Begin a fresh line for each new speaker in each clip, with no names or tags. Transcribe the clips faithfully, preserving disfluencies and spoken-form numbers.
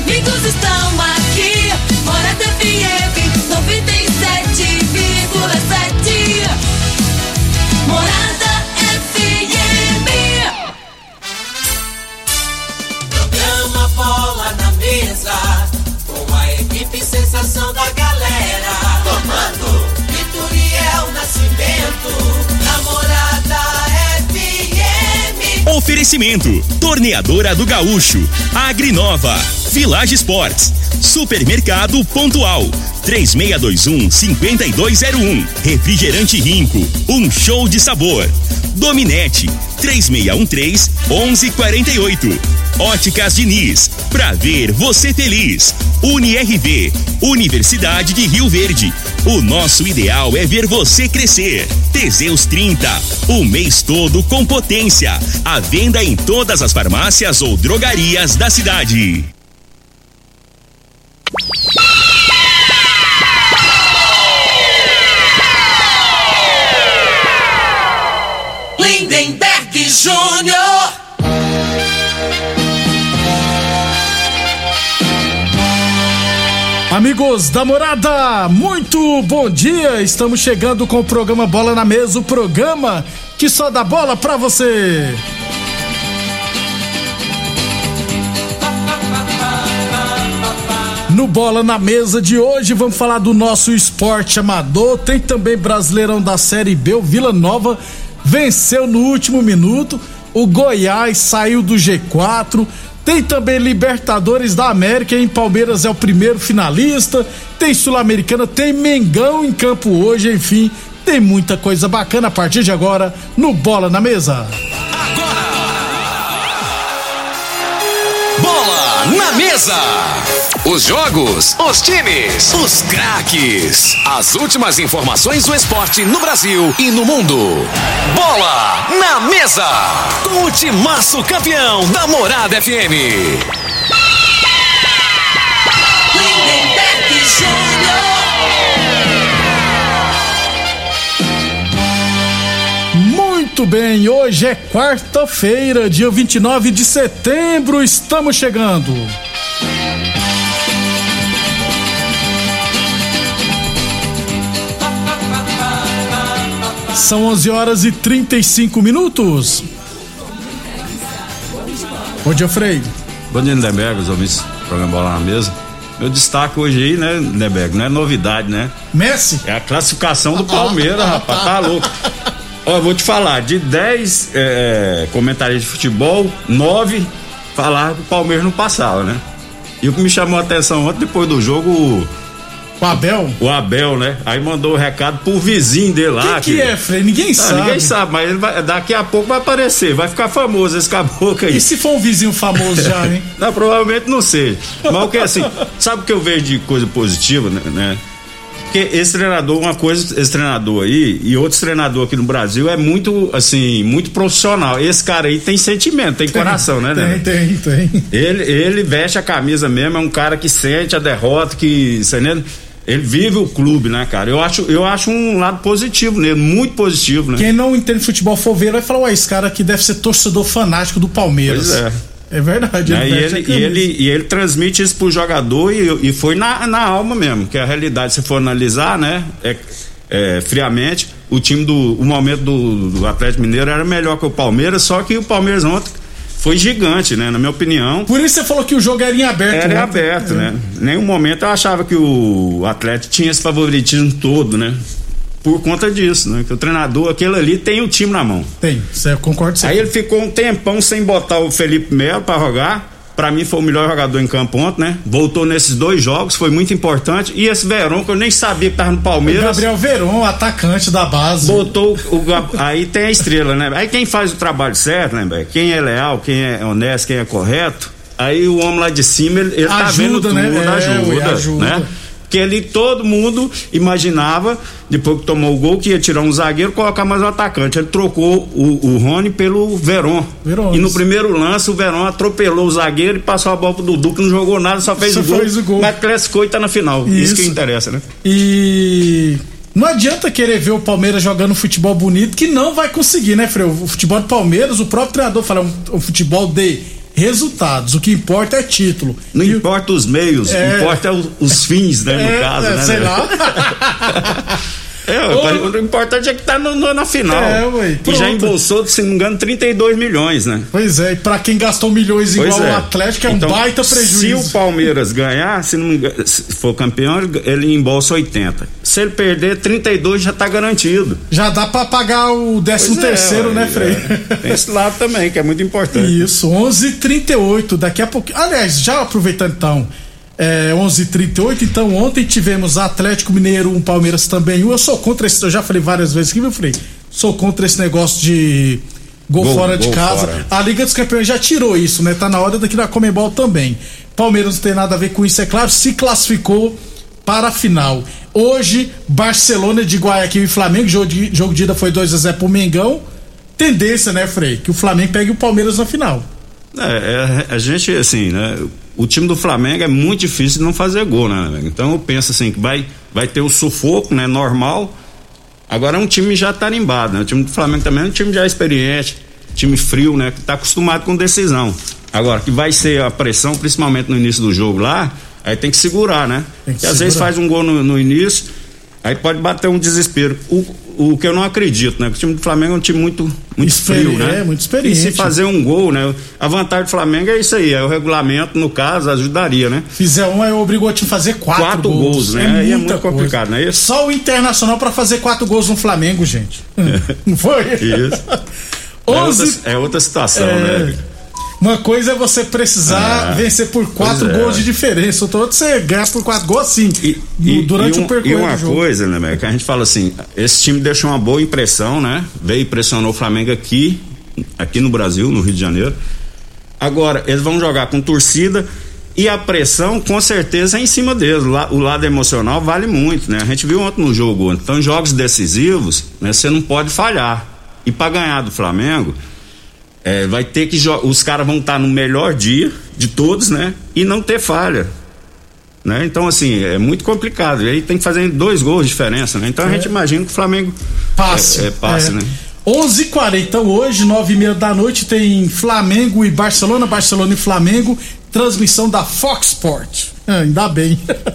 amigos estão aqui. Morada F M noventa e sete vírgula sete. Morada F M.
Programa Bola na Mesa, com a equipe sensação da galera. Comando Vitoriel Nascimento, Namorada F M.
Oferecimento: Torneadora do Gaúcho, Agrinova, Village Sports, Supermercado Pontual, três seis dois um, cinco dois zero um, Refrigerante Rinco, um show de sabor. Dominete, três seis um três, um um quatro oito. Óticas Diniz, pra ver você feliz. Uni R V, Universidade de Rio Verde. O nosso ideal é ver você crescer. Teseus trinta, o mês todo com potência. À venda em todas as farmácias ou drogarias da cidade.
Lindenberg Júnior.
Amigos da Morada, muito bom dia. Estamos chegando com o programa Bola na Mesa, o programa que só dá bola pra você. No Bola na Mesa de hoje vamos falar do nosso esporte amador. Tem também Brasileirão da Série B. O Vila Nova venceu no último minuto. O Goiás saiu do G quatro. Tem também Libertadores da América, em Palmeiras é o primeiro finalista. Tem Sul-Americana, tem Mengão em campo hoje, enfim, tem muita coisa bacana a partir de agora no Bola na Mesa.
Agora, Bola na Mesa. Os jogos, os times, os craques. As últimas informações do esporte no Brasil e no mundo. Bola na Mesa. Com o timaço campeão da Morada F M.
Lindenberg
Júnior. Muito bem, hoje é quarta-feira, dia vinte e nove de setembro. Estamos chegando. São onze horas e trinta e cinco minutos. Bom dia, Frei.
Bom dia, Lindenberg, os homens do programa Bola na Mesa. Meu destaque hoje aí, né, Lindenberg, não é novidade, né?
Messi?
É a classificação do Palmeiras, rapaz, tá louco. Ó, eu vou te falar, de dez é, comentaristas de futebol, nove falaram que o Palmeiras não passava, né? E o que me chamou a atenção ontem, depois do jogo...
O Abel?
O Abel, né? Aí mandou o recado pro vizinho dele lá.
Quem que, que é, Frei? Ninguém ah, sabe.
Ninguém sabe, mas ele vai, daqui a pouco vai aparecer, vai ficar famoso esse caboclo aí.
E se for um vizinho famoso já, hein?
Não, provavelmente não sei. Mas o que é assim, sabe o que eu vejo de coisa positiva, né? né? Porque esse treinador, uma coisa, esse treinador aí e outros treinadores aqui no Brasil é muito, assim, muito profissional. Esse cara aí tem sentimento, tem, tem coração, né?
Tem,
né?
tem, tem.
Ele, ele veste a camisa mesmo, é um cara que sente a derrota, que, você entende? Ele vive o clube, né, cara? Eu acho, eu acho um lado positivo nele, muito positivo, né?
Quem não entende futebol for ver vai falar, ué, esse cara aqui deve ser torcedor fanático do Palmeiras.
Pois é.
É verdade.
Ele, é, e, ele, e, ele, e ele transmite isso pro jogador e, e foi na, na alma mesmo, que a realidade, se for analisar, né, é, é, friamente, o time do, o momento do, do Atlético Mineiro era melhor que o Palmeiras, só que o Palmeiras ontem foi gigante, né, na minha opinião.
Por isso você falou que o jogo era em aberto.
Era
né?
em aberto, é. né? Em nenhum momento eu achava que o Atlético tinha esse favoritismo todo, né? Por conta disso, né? Que o treinador, aquele ali, tem o time na mão.
Tem, eu concordo.
Aí ele ficou um tempão sem botar o Felipe Melo pra jogar. Pra mim foi o melhor jogador em campo ontem, né? Voltou nesses dois jogos, foi muito importante. E esse Verón, que eu nem sabia que tava no Palmeiras.
O Gabriel Verón, atacante da base.
Botou o, aí tem a estrela, né? Aí quem faz o trabalho certo, né? Quem é leal, quem é honesto, quem é correto. Aí o homem lá de cima, ele, ele
ajuda,
tá vendo tudo,
né?
ajuda,
é, ajuda,
né? Que ali todo mundo imaginava, depois que tomou o gol, que ia tirar um zagueiro e colocar mais um atacante. Ele trocou o, o Rony pelo Verón. Verón. E no primeiro lance o Verón atropelou o zagueiro e passou a bola pro Dudu, que não jogou nada, só fez, só o, gol, fez o gol. Mas classificou e tá na final. Isso, Isso que interessa, né?
E não adianta querer ver o Palmeiras jogando futebol bonito, que não vai conseguir, né, Frei? O futebol do Palmeiras, o próprio treinador fala, um, um futebol de resultados. O que importa é título.
Não
e
importa os meios, é... importa os, os fins, né? No
é,
caso,
é,
né?
Sei né? lá.
É, o, o importante é que tá no, no, na final.
É, ué,
e já embolsou, se não me engano, trinta e dois milhões, né?
Pois é, e pra quem gastou milhões igual o é. Atlético, é então, um baita prejuízo.
Se o Palmeiras ganhar, se não me engano, se for campeão, ele embolsa oitenta. Se ele perder, trinta e dois já tá garantido.
Já dá pra pagar o décimo pois terceiro, é, né, Frei?
É. Tem esse lado também, que é muito importante.
Isso, onze e trinta e oito, daqui a pouco. Aliás, já aproveitando então. É, onze e trinta e oito, então ontem tivemos Atlético Mineiro um, Palmeiras também um. Eu sou contra esse, eu já falei várias vezes aqui, meu Frei, sou contra esse negócio de gol, gol fora de gol casa. Fora. A Liga dos Campeões já tirou isso, né? Tá na hora daqui da Conmebol também. Palmeiras não tem nada a ver com isso, é claro, se classificou para a final. Hoje, Barcelona de Guayaquil e Flamengo, jogo de, jogo de ida foi dois a zero pro Mengão. Tendência, né, Frei? Que o Flamengo pegue o Palmeiras na final.
É, é, a gente, assim, né? O time do Flamengo é muito difícil de não fazer gol, né? Então eu penso assim, que vai, vai ter o sufoco, né? Normal. Agora é um time já tarimbado, né? O time do Flamengo também é um time já experiente, time frio, né? Que tá acostumado com decisão. Agora, que vai ser a pressão, principalmente no início do jogo lá, aí tem que segurar, né? Porque às vezes faz um gol no, no início, aí pode bater um desespero. O, o que eu não acredito, né? Porque o time do Flamengo é um time muito, muito frio, né?
É, muito experiente.
E se fazer um gol, né? A vantagem do Flamengo é isso aí, é o regulamento, no caso, ajudaria, né?
Fizer um, aí obrigou a te fazer quatro,
quatro
gols.
gols, né?
É,
aí é muito
coisa.
complicado, não é isso?
Só o Internacional pra fazer quatro gols no Flamengo, gente. Não foi?
Isso. onze... é, outra, é outra situação, é... né?
Uma coisa é você precisar é, vencer por quatro é. gols de diferença, outra você ganha por quatro gols assim,
e, e,
durante
e um,
o percurso.
E uma
do jogo.
coisa, né, que a gente fala assim, esse time deixou uma boa impressão, né? Veio e pressionou o Flamengo aqui, aqui no Brasil, no Rio de Janeiro. Agora, eles vão jogar com torcida e a pressão, com certeza, é em cima deles. O lado emocional vale muito, né? A gente viu ontem no jogo, então, em jogos decisivos, né, você não pode falhar. E para ganhar do Flamengo, É, vai ter que jo- os caras vão estar tá no melhor dia de todos, né? E não ter falha, né? Então, assim, é muito complicado. E aí tem que fazer dois gols de diferença, né? Então é. a gente imagina que o Flamengo
passe,
é, é, passe, é. né?
onze e quarenta, então hoje, nove e meia da noite, tem Flamengo e Barcelona, Barcelona e Flamengo, transmissão da Fox Sport. Ah, ainda bem.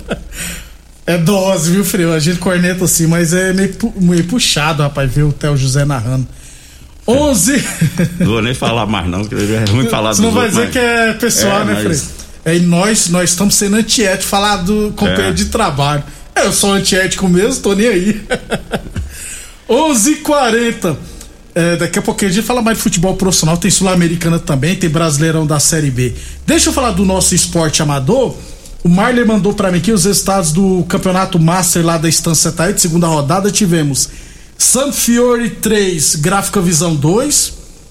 É dose, viu, Freio? A gente corneta assim, mas é meio, pu- meio puxado, rapaz, ver o Theo José narrando. onze.
Não vou nem falar mais não, porque é ruim falar dos
Você não vai
outros,
dizer que é pessoal, é, né, Frei? É, e nós, nós estamos sendo antiéticos, falar do companheiro é. de trabalho. Eu sou antiético mesmo, tô nem aí. onze e quarenta. É, daqui a pouquinho a gente fala mais de futebol profissional, tem Sul-Americana também, tem Brasileirão da Série B. Deixa eu falar do nosso esporte amador. O Marley mandou pra mim aqui os resultados do Campeonato Master lá da Estância Taíde, segunda rodada. Tivemos Sanfiore três, Gráfica Visão dois.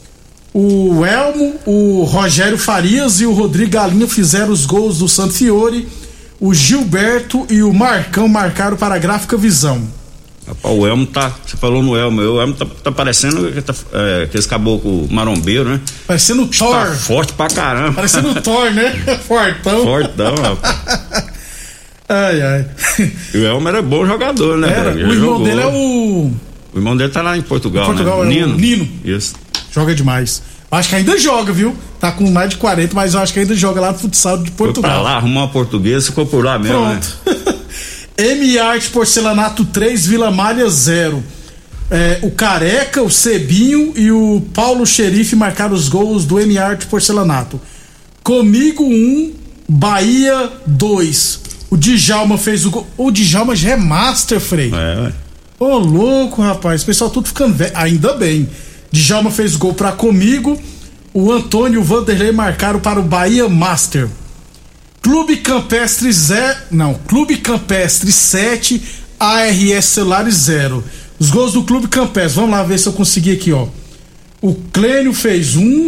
O Elmo, o Rogério Farias e o Rodrigo Galinha fizeram os gols do Sanfiore. O Gilberto e o Marcão marcaram para a Gráfica Visão.
Rapaz, o Elmo tá, você falou no Elmo, o Elmo tá, tá parecendo que, tá, é, que esse caboclo marombeiro, né?
Parecendo o Thor.
Tá forte pra caramba.
Parecendo o Thor, né? Fortão.
Fortão, rapaz.
Ai, ai.
E o Elmo era bom jogador, né?
Era. O irmão jogou. dele é o...
O irmão dele tá lá em Portugal, em
Portugal,
né?
É
Nino.
O Nino.
Isso.
Joga demais. Acho que ainda joga, viu? Tá com mais de quarenta, mas eu acho que ainda joga lá no futsal de Portugal.
Foi pra lá, arrumou uma portuguesa, ficou por lá mesmo,
pronto,
né?
M Arte Porcelanato três, Vila Malha zero. É, o Careca, o Cebinho e o Paulo Xerife marcaram os gols do M Arte Porcelanato. Comigo um, Bahia dois. O Djalma fez o gol. O Djalma já é master, Frei.
É, ué.
Ô, louco, rapaz. O pessoal tudo ficando velho. Ainda bem. Djalma fez gol pra Comigo. O Antônio e o Vanderlei marcaram para o Bahia Master. Clube Campestre zero. Não, Clube Campestre sete, A R S Celulares zero. Os gols do Clube Campestre. Vamos lá ver se eu consegui aqui, ó. O Clênio fez um.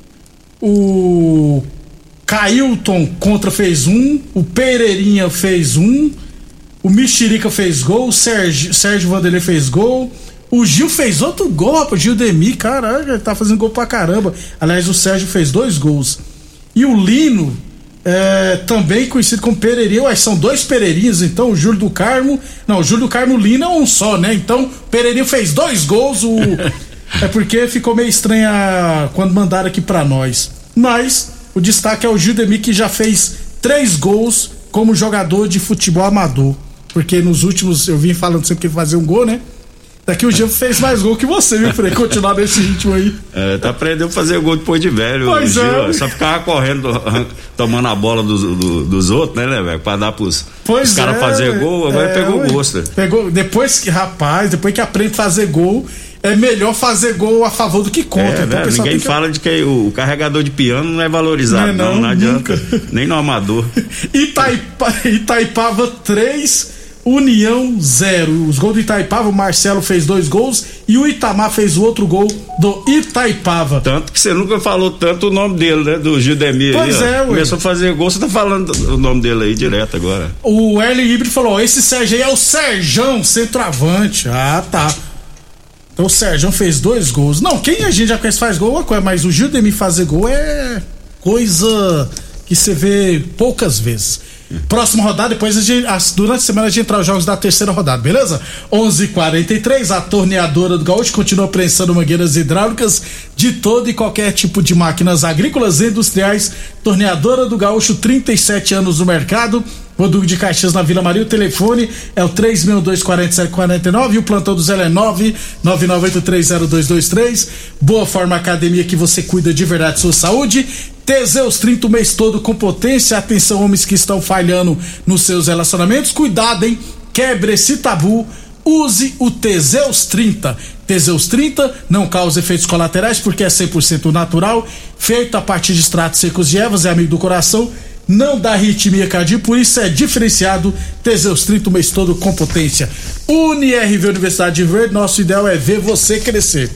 O Cailton contra fez um. O Pereirinha fez um. O Mexerica fez gol. O Sérgio, Sérgio Vanderlei fez gol. O Gil fez outro gol, rapaz. Gil Demi, caralho, ele tá fazendo gol pra caramba. Aliás, o Sérgio fez dois gols. E o Lino, é, também conhecido como Pereirinha. Ué, são dois Pereirinhas, então. O Júlio do Carmo. Não, o Júlio do Carmo e o Lino é um só, né? Então, o Pereirinha fez dois gols. O, é porque ficou meio estranha quando mandaram aqui pra nós. Mas o destaque é o Gildemir, que já fez três gols como jogador de futebol amador. Porque nos últimos, eu vim falando sempre que ele fazia um gol, né? Daqui o Gil fez mais gol que você, viu, Frei? Continuar nesse ritmo aí.
É, tá aprendendo a fazer gol depois de velho.
Pois
Gil,
é.
Só ficava correndo, tomando a bola dos, do, dos outros, né, né, velho? Pra dar pros os caras é, fazer gol, agora é, pegou o gosto.
Pegou, depois que, rapaz, depois que aprende a fazer gol, é melhor fazer gol a favor do que contra.
É,
então,
velho, ninguém
que...
fala de que o, o carregador de piano não é valorizado, não, não, não, não adianta. Nem no amador.
Itaipa, Itaipava três, União zero. Os gols do Itaipava, o Marcelo fez dois gols e o Itamar fez o outro gol do Itaipava.
Tanto que você nunca falou tanto o nome dele, né? Do Gildemir.
Pois
aí,
é, ué.
Começou a fazer gol, você tá falando o nome dele aí direto agora.
O Erlen Híbrido falou: ó, esse Sérgio aí é o Serjão, centroavante. Ah, tá. Então o Serjão fez dois gols. Não, quem a gente já conhece faz gol, mas o Gildemir fazer gol é coisa que você vê poucas vezes. Próxima rodada, depois a gente, durante a semana a gente entrar os jogos da terceira rodada, beleza? onze e quarenta e três, a torneadora do Gaúcho continua prensando mangueiras hidráulicas de todo e qualquer tipo de máquinas agrícolas e industriais. Torneadora do Gaúcho, trinta e sete anos no mercado. Rodrigo de Caxias, na Vila Maria. O telefone é o três seis dois, quatro sete quatro nove e o plantão do Zé é nove nove nove oito três zero dois dois três. Boa Forma Academia, que você cuida de verdade da sua saúde. Teseus trinta o mês todo com potência. Atenção, homens que estão falhando nos seus relacionamentos. Cuidado, hein? Quebre esse tabu. Use o Teseus trinta. Teseus trinta não causa efeitos colaterais porque é cem por cento natural, feito a partir de extratos secos de ervas, é amigo do coração, não dá arritmia cardíaca, por isso é diferenciado. Teseus trinta o mês todo com potência. Uni R V Universidade de Rio Verde, nosso ideal é ver você crescer.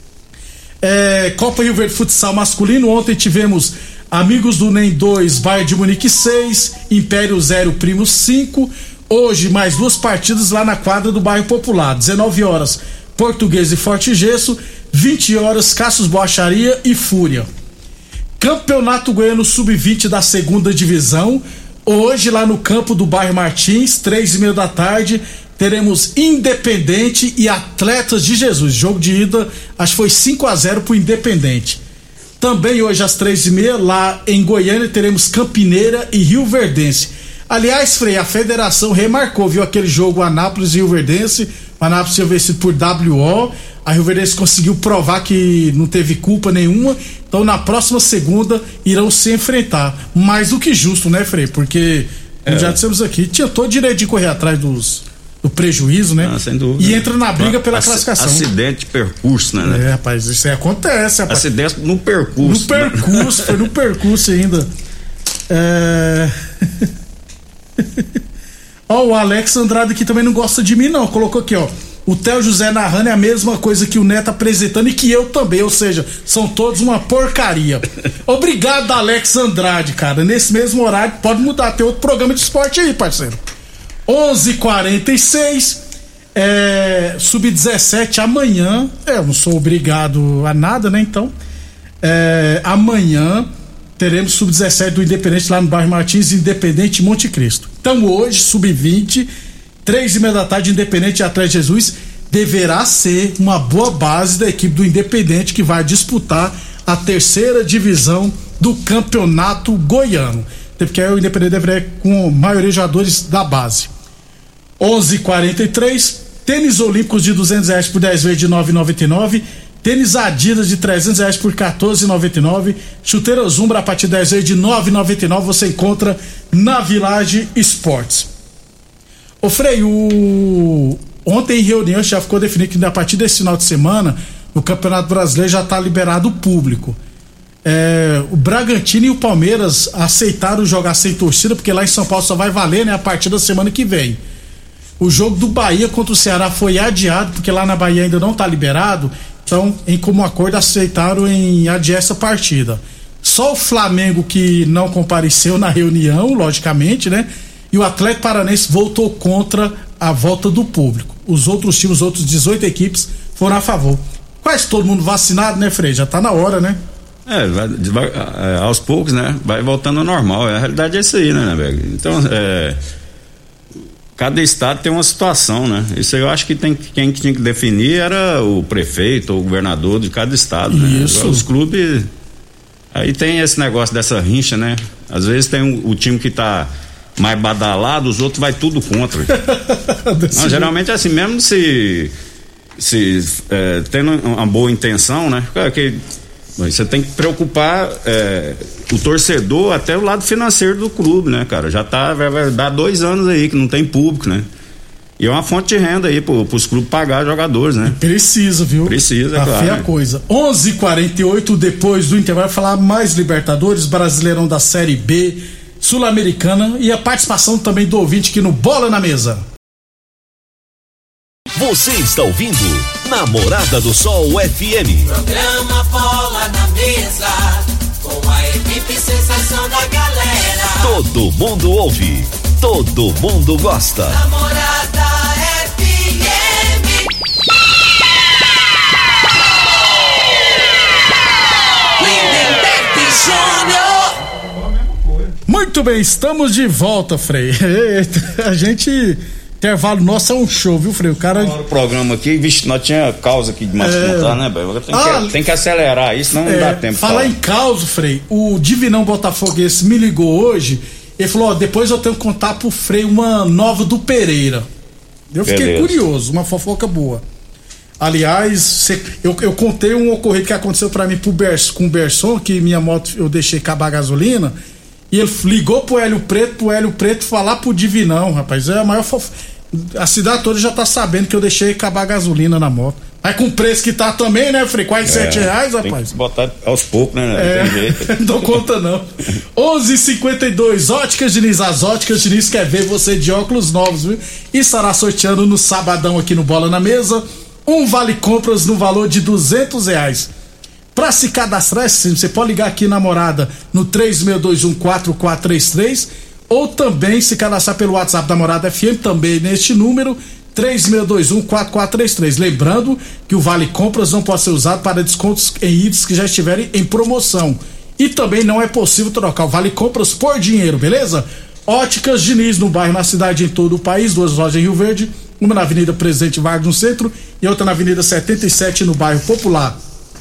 É, Copa Rio Verde Futsal Masculino, ontem tivemos Amigos do NEM dois, Bayern de Munique seis, Império zero, Primo cinco. Hoje mais duas partidas lá na quadra do Bairro Popular, dezenove horas Português e Forte Gesso, vinte horas Cassius Boacharia e Fúria. Campeonato Goiano sub vinte da segunda divisão, hoje lá no campo do Bairro Martins, três e meia da tarde, teremos Independente e Atletas de Jesus. Jogo de ida, acho que foi cinco a zero pro Independente. Também hoje às três e meia, lá em Goiânia, teremos Campineira e Rio Verdense. Aliás, Frei, a federação remarcou, viu, aquele jogo Anápolis e Rio Verdense. O Anápolis tinha vencido por W O, a Rio Verdense conseguiu provar que não teve culpa nenhuma. Então na próxima segunda irão se enfrentar. Mais do que justo, né, Frei? Porque, como é. já dissemos aqui, tinha todo o direito de correr atrás dos, do prejuízo, né?
Ah, sem dúvida.
E entra na briga pela Ac- classificação.
Acidente de percurso, né?
É, rapaz, isso aí acontece, rapaz.
Acidente no percurso.
No percurso, foi no percurso ainda. É... Ó, o Alex Andrade aqui também não gosta de mim, não. Colocou aqui, ó. O Theo José narrando é a mesma coisa que o Neto apresentando e que eu também, ou seja, são todos uma porcaria. Obrigado, Alex Andrade, cara. Nesse mesmo horário, pode mudar, tem outro programa de esporte aí, parceiro. onze e quarenta e seis, é, sub dezessete amanhã. É, eu não sou obrigado a nada, né? Então, é, amanhã teremos sub dezessete do Independente lá no bairro Martins, Independente Monte Cristo. Então hoje, sub vinte, três e meia da tarde, Independente e Atlético de Jesus, deverá ser uma boa base da equipe do Independente que vai disputar a terceira divisão do campeonato goiano. Até porque o Independente deveria ir com a maioria de jogadores da base. onze e quarenta e três, tênis olímpicos de duzentos reais por dez vezes de nove reais e noventa e nove centavos. Tênis Adidas de trezentos reais por quatorze reais e noventa e nove centavos. Chuteira Zumbra a partir de dez vezes de nove reais e noventa e nove centavos. Você encontra na Village Esportes. Ô Frei, o... ontem em reunião já ficou definido que a partir desse final de semana o Campeonato Brasileiro já está liberado o público. É... O Bragantino e o Palmeiras aceitaram jogar sem torcida, porque lá em São Paulo só vai valer, né, a partir da semana que vem. O jogo do Bahia contra o Ceará foi adiado, porque lá na Bahia ainda não está liberado. Então, em comum acordo, aceitaram em adiar essa partida. Só o Flamengo que não compareceu na reunião, logicamente, né? E o Atlético Paranaense votou contra a volta do público. Os outros times, os outros dezoito equipes foram a favor. Quase todo mundo vacinado, né, Frei? Já tá na hora, né?
É, vai, vai, é, aos poucos, né? Vai voltando ao normal. A realidade é isso aí, né, velho? Então, é... cada estado tem uma situação, né? Isso eu acho que tem, quem tinha que definir era o prefeito ou o governador de cada estado, né?
Isso.
Os clubes, Aí tem esse negócio dessa rincha, né? Às vezes tem um, o time que tá mais badalado, os outros vai tudo contra. Não, geralmente é assim, mesmo se, se é, tendo uma boa intenção, né? Que você tem que preocupar é, o torcedor até o lado financeiro do clube, né, cara? Já tá, vai, vai dar dois anos aí que não tem público, né? E é uma fonte de renda aí pro, pros clubes pagar jogadores, né?
Precisa, viu?
Precisa, é
a
claro.
Fé a coisa. onze e quarenta e oito, depois do intervalo, falar mais Libertadores, Brasileirão da Série B, Sul-Americana e a participação também do ouvinte aqui no Bola na Mesa.
Você está ouvindo Namorada do Sol F M.
Programa Bola na Mesa, com a equipe sensação da galera.
Todo mundo ouve, todo mundo gosta.
Namorada F M. Lindenberg Júnior.
Muito bem, estamos de volta, Frei. A gente... Intervalo nosso é um show, viu, Frei? O cara.
O programa aqui, vixe, nós tinha causa aqui de mais é... contar, né, velho? Tem, ah, que, tem que acelerar isso, senão é... não dá tempo.
Falar em causa, Frei, o Divinão Botafoguense me ligou hoje. Ele falou: ó, depois eu tenho que contar pro Frei uma nova do Pereira. Eu fiquei Beleza. curioso, uma fofoca boa. Aliás, cê, eu, eu contei um ocorrido que aconteceu pra mim pro Bers, com o Berson, que minha moto eu deixei acabar a gasolina. E ele ligou pro Hélio Preto, pro Hélio Preto falar pro Divinão, rapaz. É a maior fof... A cidade toda já tá sabendo que eu deixei acabar a gasolina na moto. Mas com o preço que tá também, né, Frei? Quase é, sete reais, rapaz.
Tem que botar aos poucos, né?
É, não tem jeito. Não dou conta, não. onze e cinquenta e dois, Óticas Diniz. As Óticas Diniz quer ver você de óculos novos, viu? E estará sorteando no sabadão aqui no Bola na Mesa um vale compras no valor de duzentos reais. Pra se cadastrar, você pode ligar aqui na Morada no três seis dois um quatro quatro três três ou também se cadastrar pelo WhatsApp da Morada F M, também neste número três seis dois um quatro quatro três três. Lembrando que o Vale Compras não pode ser usado para descontos em itens que já estiverem em promoção. E também não é possível trocar o Vale Compras por dinheiro, beleza? Óticas Diniz, no bairro, na cidade, em todo o país, duas lojas em Rio Verde, uma na Avenida Presidente Vargas no centro e outra na Avenida setenta e sete no bairro Popular.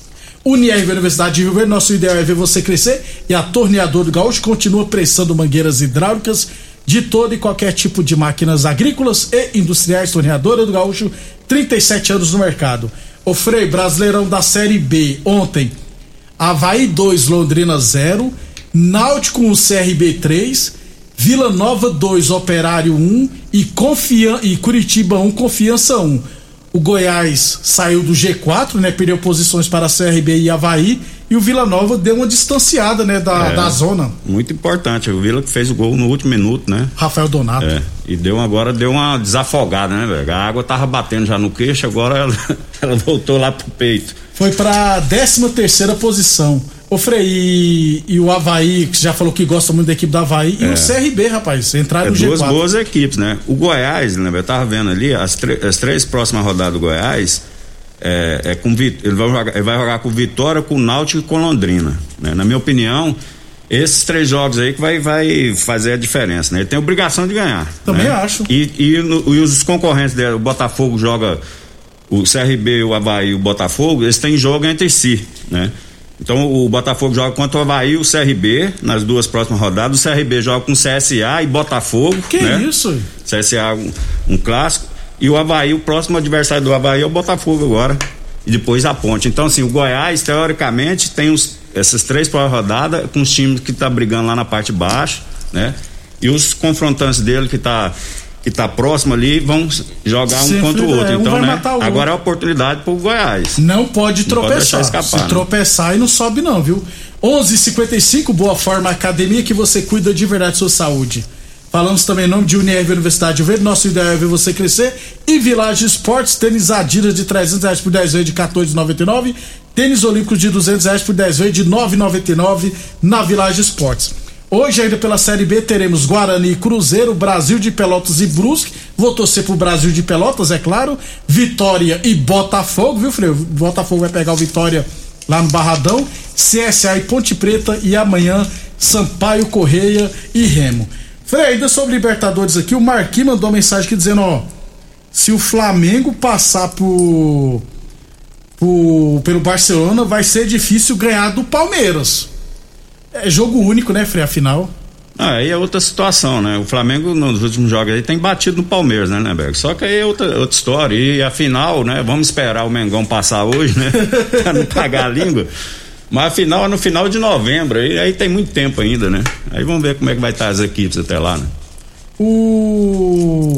Unirv Universidade de Rio Verde, nosso ideal é ver você crescer e a Torneadora do Gaúcho continua prestando mangueiras hidráulicas de todo e qualquer tipo de máquinas agrícolas e industriais. Torneadora do Gaúcho, trinta e sete anos no mercado. O Frei, Brasileirão da Série B, ontem, Avaí dois, Londrina zero, Náutico um, C R B três, Vila Nova dois, Operário um e, Confian- e Curitiba um, Confiança um. O Goiás saiu do G quatro, né? Perdeu posições para a C R B e Avaí. E o Vila Nova deu uma distanciada, né? Da, é, da zona.
Muito importante. O Vila que fez o gol no último minuto, né?
Rafael Donato.
É, e deu agora, deu uma desafogada, né, velho? A água tava batendo já no queixo, agora ela, ela voltou lá pro peito.
Foi pra décima terceira posição. Ô Frei, e, e o Avaí, que já falou que gosta muito da equipe do Avaí, é. E o C R B, rapaz, entraram é no G quatro.
Duas boas equipes, né? O Goiás, né, eu tava vendo ali, as, as três próximas rodadas do Goiás, é, é com, ele, vai jogar, ele vai jogar com Vitória, com Náutico e com Londrina, né? Na minha opinião, esses três jogos aí que vai, vai fazer a diferença, né? Ele tem obrigação de ganhar.
Também
né?
acho.
E, e, no, e os concorrentes dele, o Botafogo joga, o C R B, o Avaí e o Botafogo, eles têm jogo entre si, né? Então o Botafogo joga contra o Avaí e o C R B nas duas próximas rodadas. O C R B joga com C S A e Botafogo.
Que
né?
isso?
C S A um, um clássico. E o Avaí, o próximo adversário do Avaí é o Botafogo agora. E depois a Ponte. Então assim, o Goiás teoricamente tem os, essas três próximas rodadas com os times que tá brigando lá na parte de baixo, né? E os confrontantes dele que tá que tá próximo ali vão jogar um Sempre contra o outro. É, um então, né? Agora é a oportunidade pro Goiás.
Não pode tropeçar.
Não pode escapar,
Se né? tropeçar e não sobe não, viu? onze e cinquenta e cinco, Boa Forma Academia, que você cuida de verdade da sua saúde. Falamos também em nome de Unirv Universidade de Rio Verde, nosso ideal é ver você crescer. E Village Esportes, tênis Adidas de trezentos reais por dez vezes de quatorze reais e noventa e nove centavos. Tênis Olímpicos de duzentos reais por dez vezes de nove reais e noventa e nove centavos na Village Esportes. Hoje ainda pela Série B teremos Guarani e Cruzeiro, Brasil de Pelotas e Brusque. Vou torcer pro Brasil de Pelotas, é claro. Vitória e Botafogo, viu, Freio? Botafogo vai pegar o Vitória lá no Barradão. C S A e Ponte Preta e amanhã Sampaio Correia e Remo. Freio, ainda sobre Libertadores aqui, o Marquinhos mandou uma mensagem aqui dizendo, ó, se o Flamengo passar por, por, pelo Barcelona, vai ser difícil ganhar do Palmeiras. É jogo único, né, Frei, afinal?
Ah, aí é outra situação, né? O Flamengo nos últimos jogos aí tem batido no Palmeiras, né, Lindenberg? Só que aí é outra, outra história. E afinal, né? Vamos esperar o Mengão passar hoje, né? Pra não pagar a língua. Mas afinal é no final de novembro. Aí, aí tem muito tempo ainda, né? Aí vamos ver como é que vai estar as equipes até lá, né?
O.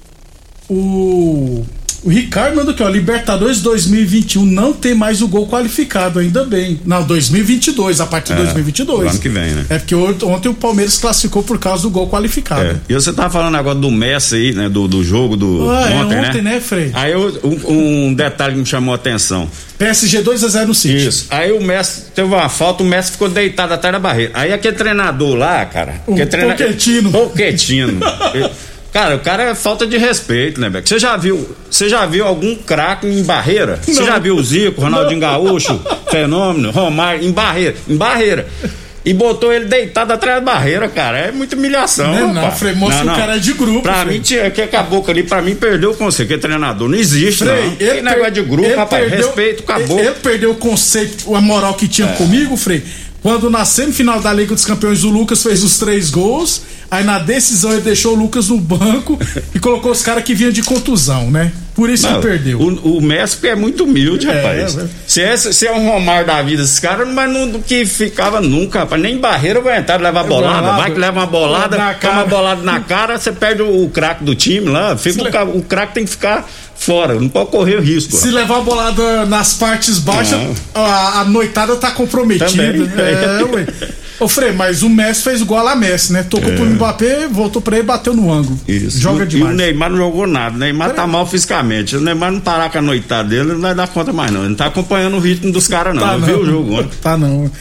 O. O Ricardo mandou aqui, ó, Libertadores dois mil e vinte e um não tem mais o gol qualificado, ainda bem. Não, dois mil e vinte e dois, a partir de é, dois mil e vinte e dois.
Ano que vem, né?
É porque ontem o Palmeiras classificou por causa do gol qualificado.
É. E você tava falando agora do Messi aí, né? Do, do jogo do
ah,
ontem,
é ontem,
né?
né, Frei?
Aí eu, um, um detalhe que me chamou a atenção.
P S G dois a zero no City.
Isso. Aí o Messi teve uma falta, o Messi ficou deitado atrás da barreira. Aí aquele treinador lá, cara.
O
treina...
Pochettino.
Pochettino. Cara, o cara é falta de respeito, né, Beck? Você já viu, você já viu algum craque em barreira? Você já viu o Zico, Ronaldinho Gaúcho, Fenômeno, Romário, em barreira, em barreira. E botou ele deitado atrás da barreira, cara. É muita humilhação.
Não, não, Frei, mostra o cara é de grupo.
Pra
Frei.
mim, tinha, que acabou ali, pra mim, perdeu o conceito, que é treinador. Não existe,
Frei,
não. Tem negócio de grupo, rapaz, perdeu, respeito, acabou.
Ele, ele perdeu o conceito, a moral que tinha é. comigo, Frei. Quando na semifinal da Liga dos Campeões o Lucas fez os três gols, aí na decisão ele deixou o Lucas no banco e colocou os caras que vinham de contusão, né? Por isso não, ele perdeu.
O, o Messi é muito humilde, é, rapaz. É, se, é, se é um Romário da vida, esses caras, mas não que ficava nunca, rapaz. Nem barreira vai entrar, levar bolada. Bolado, vai que leva uma bolada, toma uma bolada na cara, você perde o, o craque do time lá. Fica o, o craque tem que ficar fora, não pode correr o risco.
Se ó. levar a bolada nas partes baixas, a, a noitada tá comprometida.
Também,
é, ué. Ô Frei, mas o Messi fez igual a Messi, né? Tocou é. pro Mbappé, voltou pra ele e bateu no ângulo.
Isso.
Joga
e,
demais.
E o Neymar não jogou nada. O Neymar Pera tá aí. mal fisicamente. O Neymar não parar com a noitada dele, não vai dar conta mais não. Ele não tá acompanhando o ritmo dos caras não. Tá não. Viu o jogo ontem?
Tá não.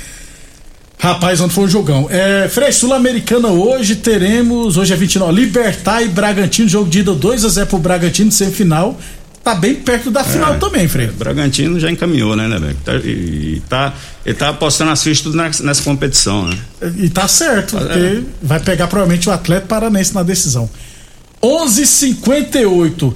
Rapaz, ontem foi um jogão. É, Frei, Sul-Americana hoje teremos, hoje é vinte e nove, Libertad e Bragantino, jogo de ida dois a zero pro Bragantino, semifinal. Tá bem perto da final é, também, Frei.
É, Bragantino já encaminhou, né, né, tá, e, tá, ele tá apostando as fichas tudo nessa, nessa competição, né?
E tá certo, é. porque vai pegar provavelmente o Atlético Paranaense na decisão. onze e cinquenta e oito.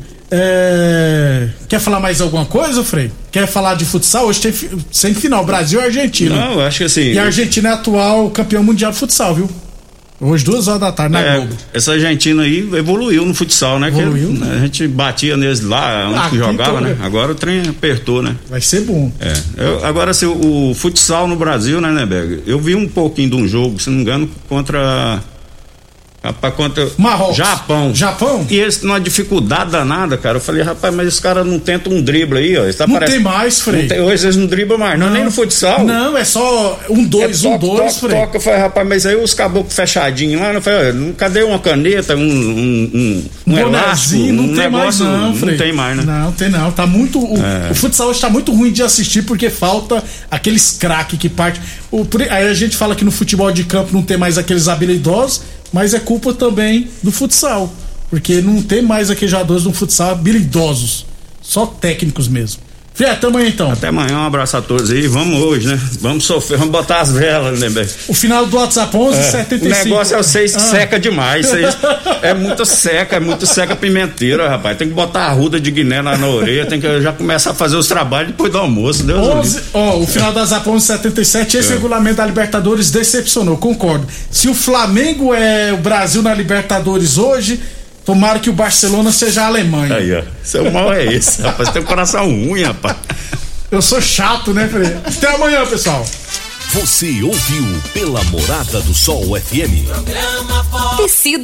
É... Quer falar mais alguma coisa, Frei? Quer falar de futsal? Hoje tem semifinal, Brasil e Argentina.
Não, eu acho que assim.
E a Argentina é atual campeão mundial de futsal, viu? Hoje, duas horas da tarde, na
é,
Globo.
Essa Argentina aí evoluiu no futsal, né?
Evoluiu.
Que, né, a gente batia neles lá, onde que jogava, né? Agora o trem apertou, né?
Vai ser bom.
É. Eu, agora, assim, o, o futsal no Brasil, né, né, Berg? Eu vi um pouquinho de um jogo, se não me engano, contra. Rapaz, contra
Marrocos.
Japão.
Japão?
E eles numa dificuldade danada, cara. Eu falei, rapaz, mas os caras não tentam um drible aí, ó. Tá
não
parece...
tem mais, Frei.
Tem... Hoje eles não driblam mais, não, não, nem no futsal.
Não, é só um, dois,
é
um,
toque,
dois,
toque,
Frei.
Toque. Eu falei, rapaz, mas aí os caboclos fechadinhos lá, eu falei, cadê uma caneta, um, um, um, um elástico,
não
um
tem
negócio?
Mais não, Frei.
Não tem mais, né?
Não, tem não. Tá muito. O,
é.
o futsal hoje tá muito ruim de assistir porque falta aqueles craques que parte. O, aí a gente fala que no futebol de campo não tem mais aqueles habilidosos. Mas é culpa também do futsal, porque não tem mais aqueles jogadores do futsal habilidosos, só técnicos mesmo. Fê, até amanhã então.
Até amanhã, um abraço a todos aí, vamos hoje, né? Vamos sofrer, vamos botar as velas, né, Beck?
O final do WhatsApp onze e setenta e cinco.
O negócio é vocês que ah. seca demais, vocês, é muito seca, é muito seca pimenteira, rapaz, tem que botar a arruda de Guiné lá na orelha, tem que já começar a fazer os trabalhos depois do almoço, Deus
onze, ó, o final do WhatsApp onze e setenta e sete, esse é. regulamento da Libertadores decepcionou, concordo. Se o Flamengo é o Brasil na Libertadores hoje, tomara que o Barcelona seja a Alemanha.
Aí, ó. Seu mal é esse, rapaz. Você tem um coração ruim, rapaz.
Eu sou chato, né, Frei? Até amanhã, pessoal.
Você ouviu pela Morada do Sol F M.
Programa Tecido